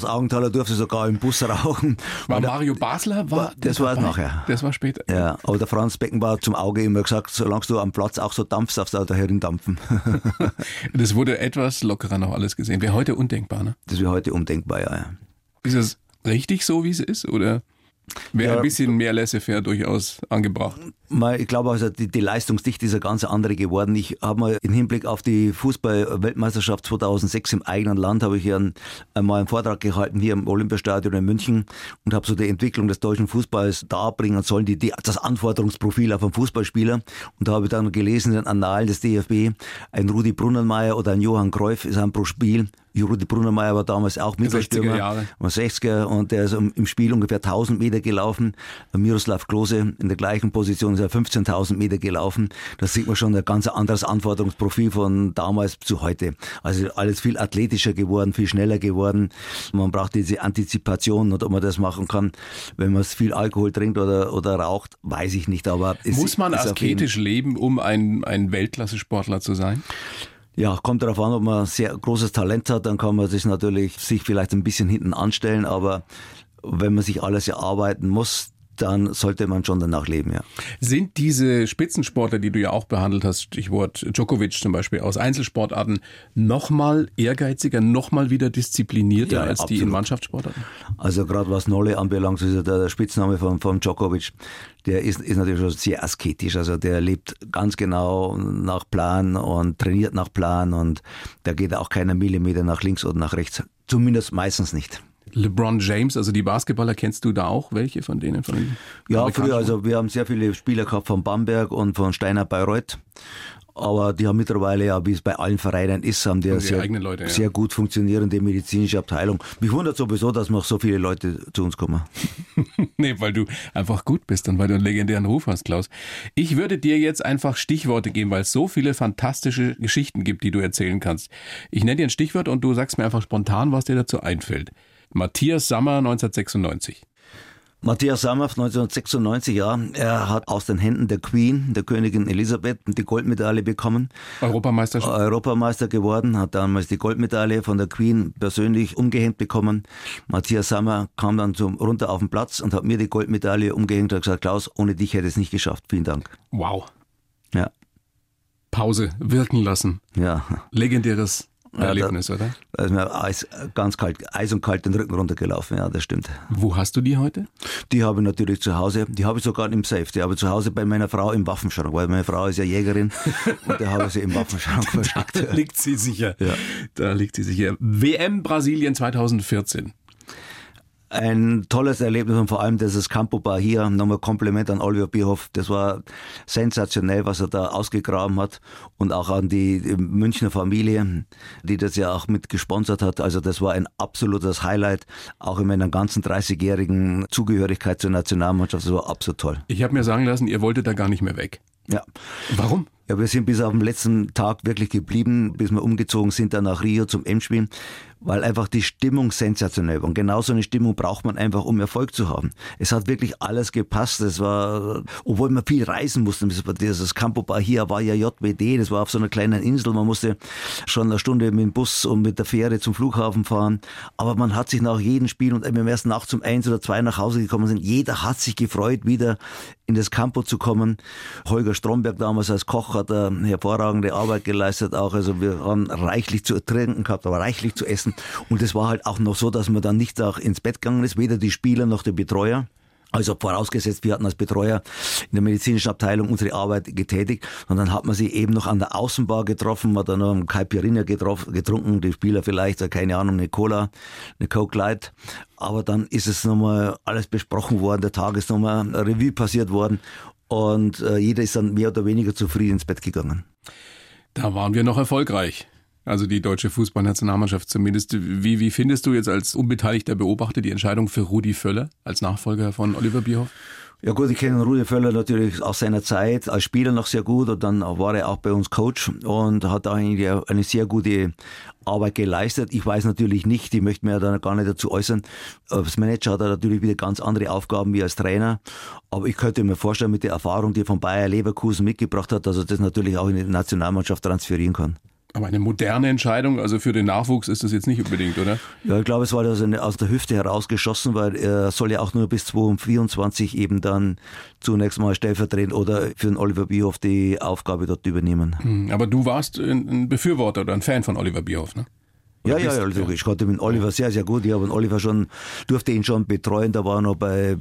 Klaus Augenthaler durfte sogar im Bus rauchen. War der, Mario Basler? War das war es nachher. Das war später. Ja, aber der Franz Beckenbauer hat zum Auge immer gesagt, solange du am Platz auch so dampfst, darfst du auch da dampfen. Das wurde etwas lockerer noch alles gesehen. Wäre heute undenkbar, ne? Das wäre heute undenkbar, ja. ja. Ist es richtig so, wie es ist, oder wäre ja, ein bisschen mehr Laissez-faire durchaus angebracht? Ich glaube, also die, die Leistungsdichte ist eine ganz andere geworden. Ich habe mal im Hinblick auf die Fußball-Weltmeisterschaft zweitausendsechs im eigenen Land, habe ich ja einen, einmal einen Vortrag gehalten hier im Olympiastadion in München und habe so die Entwicklung des deutschen Fußballs darbringen sollen, die, die, das Anforderungsprofil auf einen Fußballspieler. Und da habe ich dann gelesen in den Annalen des D F B, ein Rudi Brunnenmeier oder ein Johann Cruyff ist ein pro Spiel. Rudi Brunnenmeier war damals auch Mittelstürmer, war sechziger und der ist im Spiel ungefähr tausend Meter gelaufen. Miroslav Klose in der gleichen Position ist er fünfzehntausend Meter gelaufen. Da sieht man schon ein ganz anderes Anforderungsprofil von damals zu heute. Also alles viel athletischer geworden, viel schneller geworden. Man braucht diese Antizipation und ob man das machen kann, wenn man viel Alkohol trinkt oder, oder raucht, weiß ich nicht. Aber es muss man asketisch leben, um ein, ein Weltklasse-Sportler zu sein? Ja, kommt darauf an, ob man sehr großes Talent hat, dann kann man sich natürlich sich vielleicht ein bisschen hinten anstellen, aber wenn man sich alles erarbeiten muss, dann sollte man schon danach leben, ja. Sind diese Spitzensportler, die du ja auch behandelt hast, Stichwort Djokovic zum Beispiel, aus Einzelsportarten, nochmal ehrgeiziger, nochmal wieder disziplinierter ja, als absolut. Die in Mannschaftssportarten? Also gerade was Nolle anbelangt, ist ja der Spitzname von, von Djokovic, der ist, ist natürlich schon sehr asketisch, also der lebt ganz genau nach Plan und trainiert nach Plan und da geht auch keiner Millimeter nach links oder nach rechts, zumindest meistens nicht. LeBron James, also die Basketballer, kennst du da auch welche von denen? Von den ja, früher, also wir haben sehr viele Spieler gehabt von Bamberg und von Steiner Bayreuth, aber die haben mittlerweile, ja, wie es bei allen Vereinen ist, haben die eine sehr, Leute, ja. sehr gut funktionierende medizinische Abteilung. Mich wundert sowieso, dass noch so viele Leute zu uns kommen. Nee, weil du einfach gut bist und weil du einen legendären Ruf hast, Klaus. Ich würde dir jetzt einfach Stichworte geben, weil es so viele fantastische Geschichten gibt, die du erzählen kannst. Ich nenne dir ein Stichwort und du sagst mir einfach spontan, was dir dazu einfällt. Matthias Sammer, neunzehnhundertsechsundneunzig. Matthias Sammer, neunzehnhundertsechsundneunzig, ja, er hat aus den Händen der Queen, der Königin Elisabeth, die Goldmedaille bekommen. Europameister schon. Europameister geworden, hat damals die Goldmedaille von der Queen persönlich umgehängt bekommen. Matthias Sammer kam dann zum, runter auf den Platz und hat mir die Goldmedaille umgehängt und hat gesagt, Klaus, ohne dich hätte ich es nicht geschafft. Vielen Dank. Wow. Ja. Pause, wirken lassen. Ja. Legendäres Erlebnis, ja, da, oder? Da ist mir Eis, ganz kalt, Eis und kalt den Rücken runtergelaufen, ja, das stimmt. Wo hast du die heute? Die habe ich natürlich zu Hause, die habe ich sogar im Safe, die habe ich zu Hause bei meiner Frau im Waffenschrank, weil meine Frau ist ja Jägerin und da habe ich sie im Waffenschrank versteckt. Da liegt sie sicher, ja. Da liegt sie sicher. W M Brasilien zweitausendvierzehn. Ein tolles Erlebnis und vor allem dieses Campo Bahia, nochmal Kompliment an Oliver Bierhoff, das war sensationell, was er da ausgegraben hat und auch an die Münchner Familie, die das ja auch mit gesponsert hat, also das war ein absolutes Highlight, auch in meiner ganzen dreißigjährigen Zugehörigkeit zur Nationalmannschaft, das war absolut toll. Ich habe mir sagen lassen, ihr wolltet da gar nicht mehr weg. Ja. Warum? Ja, wir sind bis auf den letzten Tag wirklich geblieben, bis wir umgezogen sind dann nach Rio zum Endspiel, weil einfach die Stimmung sensationell war. Und genau so eine Stimmung braucht man einfach, um Erfolg zu haben. Es hat wirklich alles gepasst. Es war, obwohl wir viel reisen mussten, dieses Campo Bahia war ja J W D, das war auf so einer kleinen Insel. Man musste schon eine Stunde mit dem Bus und mit der Fähre zum Flughafen fahren. Aber man hat sich nach jedem Spiel und wenn wir erst nachts um eins oder zwei nach Hause gekommen sind, jeder hat sich gefreut, wieder in das Campo zu kommen. Holger Stromberg damals als Koch hat eine hervorragende Arbeit geleistet auch. Also wir haben reichlich zu trinken gehabt, aber reichlich zu essen. Und es war halt auch noch so, dass man dann nicht auch ins Bett gegangen ist, weder die Spieler noch der Betreuer. Also vorausgesetzt, wir hatten als Betreuer in der medizinischen Abteilung unsere Arbeit getätigt. Und dann hat man sie eben noch an der Außenbar getroffen, hat dann noch einen Caipirinha getrunken, die Spieler vielleicht, keine Ahnung, eine Cola, eine Coke Light. Aber dann ist es nochmal alles besprochen worden, der Tag ist nochmal eine Revue passiert worden. Und äh, jeder ist dann mehr oder weniger zufrieden ins Bett gegangen. Da waren wir noch erfolgreich. Also die deutsche Fußballnationalmannschaft zumindest. Wie, wie findest du jetzt als unbeteiligter Beobachter die Entscheidung für Rudi Völler als Nachfolger von Oliver Bierhoff? Ja gut, ich kenne Rudi Völler natürlich aus seiner Zeit als Spieler noch sehr gut und dann war er auch bei uns Coach und hat eigentlich eine sehr gute Arbeit geleistet. Ich weiß natürlich nicht, ich möchte mir da gar nicht dazu äußern. Als Manager hat er natürlich wieder ganz andere Aufgaben wie als Trainer, aber ich könnte mir vorstellen, mit der Erfahrung, die er von Bayer Leverkusen mitgebracht hat, dass er das natürlich auch in die Nationalmannschaft transferieren kann. Aber eine moderne Entscheidung, also für den Nachwuchs ist das jetzt nicht unbedingt, oder? Ja, ich glaube, es war das aus der Hüfte herausgeschossen, weil er soll ja auch nur bis zweitausendvierundzwanzig eben dann zunächst mal stellvertretend oder für den Oliver Bierhoff die Aufgabe dort übernehmen. Aber du warst ein Befürworter oder ein Fan von Oliver Bierhoff, ne? Ja, ja, ja, also ich konnte mit Oliver sehr, sehr gut. Ich habe Oliver schon, durfte ihn schon betreuen. Da war er noch bei,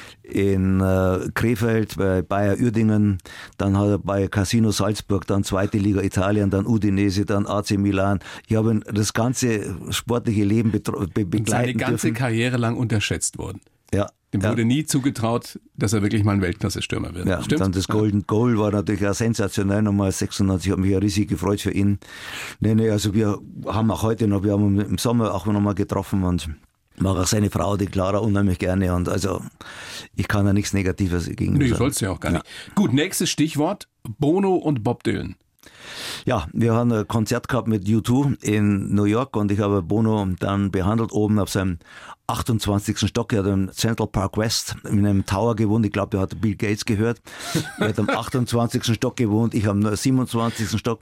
in äh, Krefeld, bei Bayer Uerdingen. Dann hat er bei Casino Salzburg, dann zweite Liga Italien, dann Udinese, dann A C Milan. Ich habe ihn das ganze sportliche Leben betro- be- begleiten Und seine ganze dürfen. Karriere lang unterschätzt worden. Ja. Dem wurde ja. nie zugetraut, dass er wirklich mal ein Weltklasse-Stürmer wird. Ja, Stimmt? dann das Golden Goal war natürlich auch sensationell, nochmal sechsundneunzig, ich habe mich ja riesig gefreut für ihn. Nee, nee, also wir haben auch heute noch, wir haben im Sommer auch nochmal getroffen und mag auch seine Frau, die Clara, unheimlich gerne und also ich kann da nichts Negatives gegen Nee, sagen. sollst du ja auch gar Ja. nicht. Gut, nächstes Stichwort, Bono und Bob Dylan. Ja, wir haben ein Konzert gehabt mit U zwei in New York und ich habe Bono dann behandelt oben auf seinem achtundzwanzigsten Stock. Er hat im Central Park West in einem Tower gewohnt. Ich glaube, der hat Bill Gates gehört. Er hat am achtundzwanzigsten Stock gewohnt, ich am siebenundzwanzigsten Stock.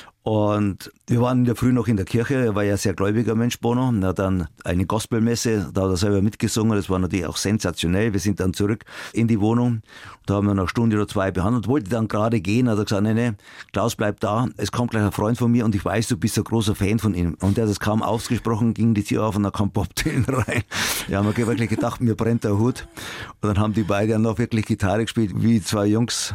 Und wir waren in der Früh noch in der Kirche, er war ja sehr gläubiger Mensch, Bono. Er hat dann eine Gospelmesse, da hat er selber mitgesungen, das war natürlich auch sensationell. Wir sind dann zurück in die Wohnung, da haben wir noch eine Stunde oder zwei behandelt, wollte dann gerade gehen, hat er gesagt, nee, nee, Klaus, bleib da, es kommt gleich ein Freund von mir und ich weiß, du bist ein großer Fan von ihm. Und er hat das kaum ausgesprochen, ging die Tür auf und dann kam Bob Dylan rein. Ja, haben wir wirklich gedacht, mir brennt der Hut. Und dann haben die beiden dann noch wirklich Gitarre gespielt, wie zwei Jungs.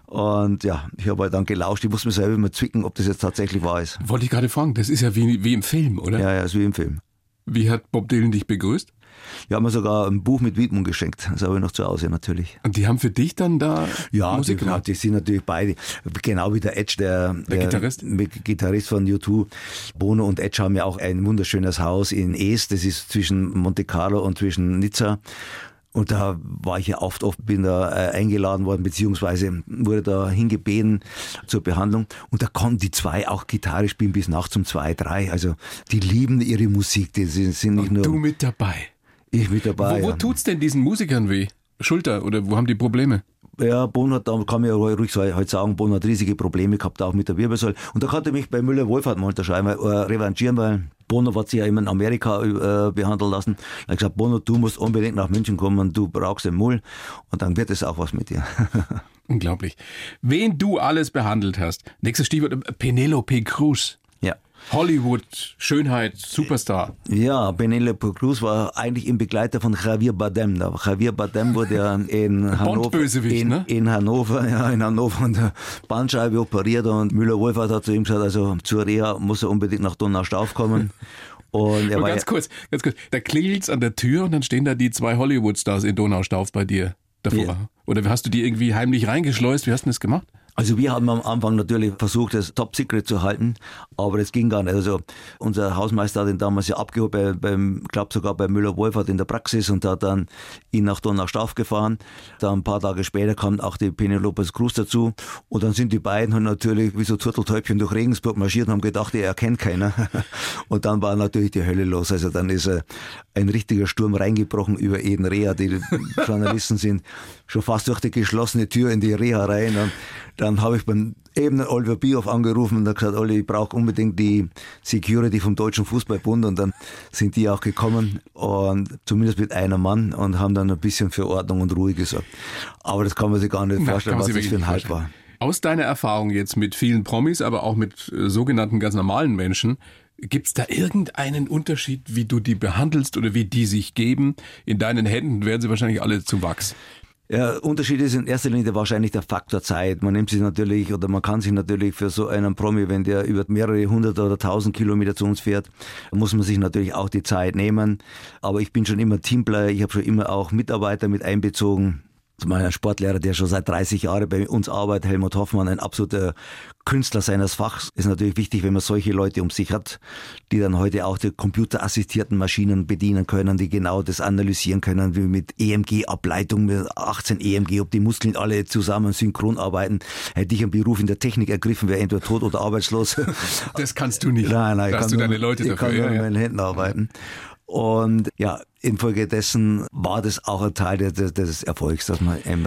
Und ja, ich habe halt dann gelauscht. Ich muss mir selber mal zwicken, ob das jetzt tatsächlich wahr ist. Wollte ich gerade fragen, das ist ja wie, wie im Film, oder? Ja, ja, ist wie im Film. Wie hat Bob Dylan dich begrüßt? Wir haben mir sogar ein Buch mit Widmung geschenkt. Das habe ich noch zu Hause natürlich. Und die haben für dich dann da Ja, Musik die, gemacht? die sind natürlich beide, genau wie der Edge, der, Der Gitarrist? Gitarrist von U zwei. Bono und Edge haben ja auch ein wunderschönes Haus in Es, das ist zwischen Monte Carlo und zwischen Nizza. Und da war ich ja oft, oft bin da äh, eingeladen worden, beziehungsweise wurde da hingebeten zur Behandlung. Und da konnten die zwei auch Gitarre spielen bis nachts um zwei, drei. Also die lieben ihre Musik, die sind, sind nicht Und nur... du mit dabei. Ich mit dabei, Wo, wo ja. tut's denn diesen Musikern weh? Schulter oder wo haben die Probleme? Ja, Bono hat, da kann man ja ruhig heute sagen, Bono hat riesige Probleme gehabt, auch mit der Wirbelsäule. Und da konnte mich bei Müller-Wohlfahrt mal unterscheiden, weil, äh, revanchieren, weil Bono hat sich ja immer in Amerika äh, behandeln lassen. Da habe ich gesagt, Bono, du musst unbedingt nach München kommen, du brauchst den Mull und dann wird es auch was mit dir. Unglaublich. Wen du alles behandelt hast. Nächstes Stichwort, Penelope Cruz. Ja. Hollywood, Schönheit, Superstar. Ja, Penelope Cruz war eigentlich im Begleiter von Javier Bardem. Da Javier Bardem wurde ja in Hannover, Bond-Bösewicht, in, ne? in Hannover, ja, in Hannover an der Bandscheibe operiert und Müller-Wohlfahrt hat zu ihm gesagt, also zur Reha muss er unbedingt nach Donaustauf kommen. Und er Nur war ganz ja, kurz, ganz kurz. Da klingelt's an der Tür und dann stehen da die zwei Hollywood-Stars in Donaustauf bei dir davor. Ja. Oder hast du die irgendwie heimlich reingeschleust? Wie hast du das gemacht? Also wir haben am Anfang natürlich versucht, das Top Secret zu halten, aber das ging gar nicht. Also unser Hausmeister hat ihn damals ja abgeholt, bei, beim, glaube sogar bei Müller-Wohlfahrt in der Praxis und hat dann ihn nach Donaustauf gefahren. Dann ein paar Tage später kam auch die Penelope Cruz dazu und dann sind die beiden halt natürlich wie so Turteltäubchen durch Regensburg marschiert und haben gedacht, er erkennt keiner. Und dann war natürlich die Hölle los. Also dann ist äh, ein richtiger Sturm reingebrochen über Eden Reha. Die Journalisten sind schon fast durch die geschlossene Tür in die Reha rein. Und dann habe ich beim eben den Oliver Bierhoff angerufen und habe gesagt, Olli, ich brauche unbedingt die Security vom Deutschen Fußballbund. Und dann sind die auch gekommen und zumindest mit einem Mann und haben dann ein bisschen für Ordnung und Ruhe gesorgt. Aber das kann man sich gar nicht Na, vorstellen, kann man was sich das für ein wirklich Hype war. Aus deiner Erfahrung jetzt mit vielen Promis, aber auch mit äh, sogenannten ganz normalen Menschen, gibt's da irgendeinen Unterschied, wie du die behandelst oder wie die sich geben? In deinen Händen werden sie wahrscheinlich alle zu Wachs. Ja, Unterschied ist in erster Linie wahrscheinlich der Faktor Zeit. Man nimmt sich natürlich oder man kann sich natürlich für so einen Promi, wenn der über mehrere hundert oder tausend Kilometer zu uns fährt, muss man sich natürlich auch die Zeit nehmen. Aber ich bin schon immer Teamplayer, ich habe schon immer auch Mitarbeiter mit einbezogen. Mein Sportlehrer, der schon seit dreißig Jahren bei uns arbeitet, Helmut Hoffmann, ein absoluter Künstler seines Fachs. Ist natürlich wichtig, wenn man solche Leute um sich hat, die dann heute auch die computerassistierten Maschinen bedienen können, die genau das analysieren können, wie mit E M G-Ableitung, mit achtzehn E M G, ob die Muskeln alle zusammen synchron arbeiten. Hätte ich einen Beruf in der Technik ergriffen, wäre entweder tot oder arbeitslos. Das kannst du nicht. Nein, nein, da ich hast kann du nur, deine Leute ich dafür. kann nur Ja, mit ja. meinen Händen arbeiten. Und ja, infolgedessen war das auch ein Teil des, des Erfolgs, dass man einfach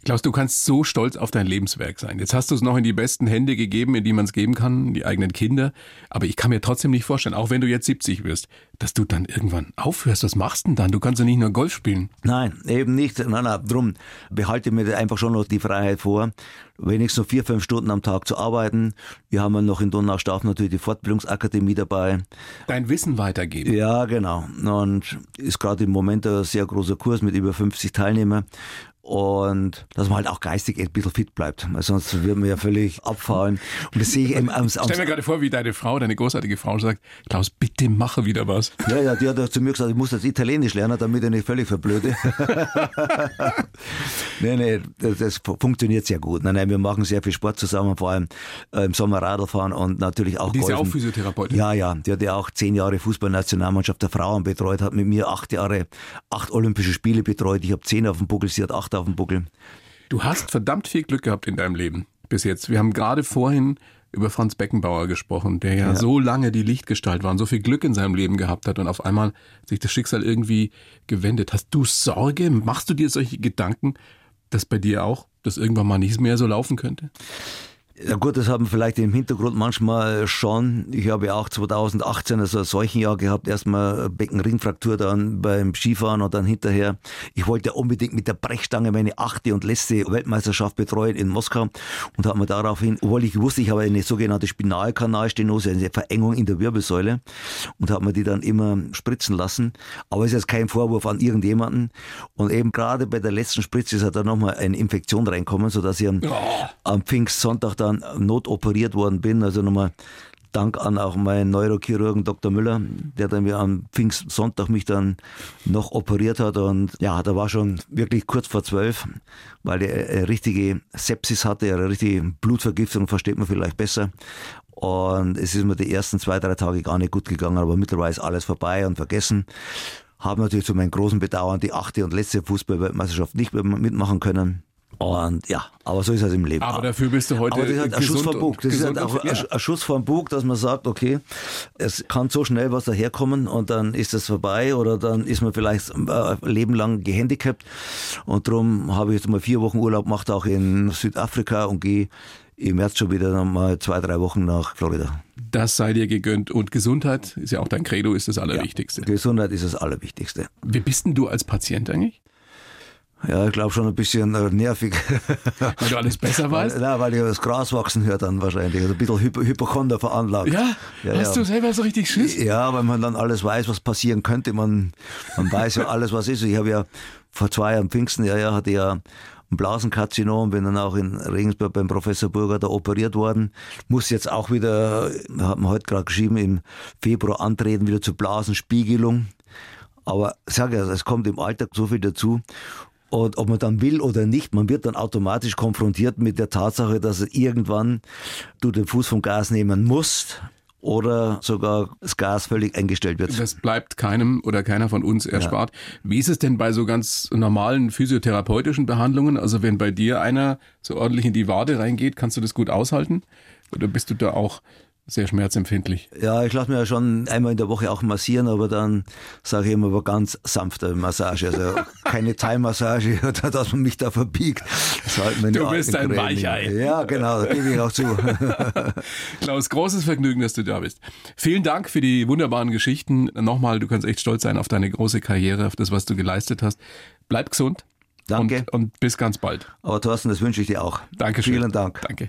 Klaus, du kannst so stolz auf dein Lebenswerk sein. Jetzt hast du es noch in die besten Hände gegeben, in die man es geben kann, die eigenen Kinder. Aber ich kann mir trotzdem nicht vorstellen, auch wenn du jetzt siebzig wirst, dass du dann irgendwann aufhörst. Was machst du denn dann? Du kannst ja nicht nur Golf spielen. Nein, eben nicht. Nein, nein, drum behalte ich mir einfach schon noch die Freiheit vor, wenigstens noch vier, fünf Stunden am Tag zu arbeiten. Wir haben ja noch in Donaustauf natürlich die Fortbildungsakademie dabei. Dein Wissen weitergeben. Ja, genau. Und ist gerade im Moment ein sehr großer Kurs mit über fünfzig Teilnehmern. Und dass man halt auch geistig ein bisschen fit bleibt, weil sonst wird man ja völlig abfallen. Und das sehe ich eben am, am Stell mir gerade vor, wie deine Frau, deine großartige Frau sagt, Klaus, bitte mache wieder was. Ja, ja, die hat ja zu mir gesagt, ich muss jetzt Italienisch lernen, damit ich nicht völlig verblöde. nee, nee, das, das funktioniert sehr gut. Nein, nein, wir machen sehr viel Sport zusammen, vor allem äh, im Sommer Radl fahren und natürlich auch Die ist ja Golfen. auch Physiotherapeutin. Ja, ja, die hat ja auch zehn Jahre Fußballnationalmannschaft der Frauen betreut, hat mit mir acht Jahre, acht Olympische Spiele betreut. Ich habe zehn auf dem Buckel, sie hat acht auf dem Buckel. Du hast verdammt viel Glück gehabt in deinem Leben bis jetzt. Wir haben gerade vorhin über Franz Beckenbauer gesprochen, der ja, ja so lange die Lichtgestalt war und so viel Glück in seinem Leben gehabt hat und auf einmal sich das Schicksal irgendwie gewendet. Hast du Sorge? Machst du dir solche Gedanken, dass bei dir auch das irgendwann mal nicht mehr so laufen könnte? Ja gut, das haben wir vielleicht im Hintergrund manchmal schon. Ich habe ja auch zweitausendachtzehn also ein Seuchenjahr gehabt. Erstmal Beckenringfraktur dann beim Skifahren und dann hinterher. Ich wollte ja unbedingt mit der Brechstange meine achte und letzte Weltmeisterschaft betreuen in Moskau und habe mir daraufhin, obwohl ich wusste, ich habe eine sogenannte Spinalkanalstenose, eine Verengung in der Wirbelsäule und habe mir die dann immer spritzen lassen. Aber es ist jetzt kein Vorwurf an irgendjemanden. Und eben gerade bei der letzten Spritze ist halt dann nochmal eine Infektion reinkommen, sodass ich am, oh. am Pfingstsonntag dann notoperiert worden bin, also nochmal Dank an auch meinen Neurochirurgen Doktor Müller, der dann mir am Pfingstsonntag mich dann noch operiert hat und ja, da war schon wirklich kurz vor zwölf, weil er eine richtige Sepsis hatte, eine richtige Blutvergiftung, versteht man vielleicht besser. Und es ist mir die ersten zwei, drei Tage gar nicht gut gegangen, aber mittlerweile ist alles vorbei und vergessen. Habe natürlich zu meinem großen Bedauern die achte und letzte Fußball-Weltmeisterschaft nicht mehr mitmachen können. Und ja, aber so ist es im Leben. Aber dafür bist du heute aber das ist halt ein Schuss vom Bug. Das ist halt auch ja. ein Schuss vom Bug, dass man sagt, okay, es kann so schnell was daherkommen und dann ist es vorbei oder dann ist man vielleicht ein Leben lang gehandicapt. Und darum habe ich jetzt mal vier Wochen Urlaub gemacht, auch in Südafrika und gehe im März schon wieder noch mal zwei, drei Wochen nach Florida. Das sei dir gegönnt. Und Gesundheit ist ja auch dein Credo, ist das Allerwichtigste. Ja, Gesundheit ist das Allerwichtigste. Wie bist denn du als Patient eigentlich? Ja, ich glaube schon ein bisschen nervig. Weil du alles besser weißt? Nein, weil ich das Gras wachsen höre dann wahrscheinlich. Also ein bisschen Hypo- Hypochonder veranlagt. Ja? ja Hast ja. du selber so richtig Schiss? Ja, weil man dann alles weiß, was passieren könnte. Man, man weiß ja alles, was ist. Ich habe ja vor zwei Jahren Pfingsten, ja, ja, hatte ja ein Blasenkarzinom, bin dann auch in Regensburg beim Professor Burger da operiert worden. Muss jetzt auch wieder, hat man heute gerade geschrieben, im Februar antreten, wieder zur Blasenspiegelung. Aber ich sage ja, es kommt im Alltag so viel dazu. Und ob man dann will oder nicht, man wird dann automatisch konfrontiert mit der Tatsache, dass irgendwann du den Fuß vom Gas nehmen musst oder sogar das Gas völlig eingestellt wird. Das bleibt keinem oder keiner von uns erspart. Ja. Wie ist es denn bei so ganz normalen physiotherapeutischen Behandlungen? Also wenn bei dir einer so ordentlich in die Wade reingeht, kannst du das gut aushalten? Oder bist du da auch sehr schmerzempfindlich? Ja, ich lasse mir ja schon einmal in der Woche auch massieren, aber dann sage ich immer aber ganz sanfte Massage, also keine Thai-Massage, dass man mich da verbiegt. Du bist ein Weichei. Ja, genau, da gebe ich auch zu. Klaus, großes Vergnügen, dass du da bist. Vielen Dank für die wunderbaren Geschichten. Nochmal, du kannst echt stolz sein auf deine große Karriere, auf das, was du geleistet hast. Bleib gesund. Danke. Und, und bis ganz bald. Aber Thorsten, das wünsche ich dir auch. Dankeschön. Vielen Dank. Danke.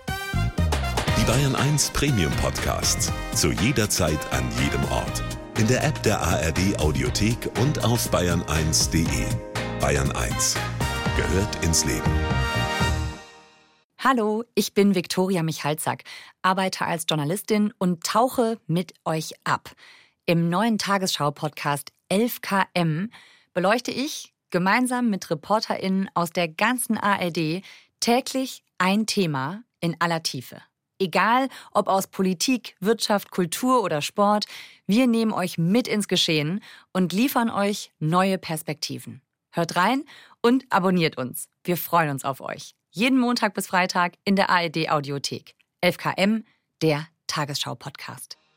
Die Bayern eins Premium Podcasts. Zu jeder Zeit, an jedem Ort. In der App der A R D Audiothek und auf bayern eins punkt de. Bayern eins gehört ins Leben. Hallo, ich bin Viktoria Michalzack, arbeite als Journalistin und tauche mit euch ab. Im neuen Tagesschau-Podcast elf Kilometer pro Stunde beleuchte ich gemeinsam mit ReporterInnen aus der ganzen A R D täglich ein Thema in aller Tiefe. Egal, ob aus Politik, Wirtschaft, Kultur oder Sport, wir nehmen euch mit ins Geschehen und liefern euch neue Perspektiven. Hört rein und abonniert uns. Wir freuen uns auf euch. Jeden Montag bis Freitag in der A R D Audiothek. elf Kilometer pro Stunde, der Tagesschau-Podcast.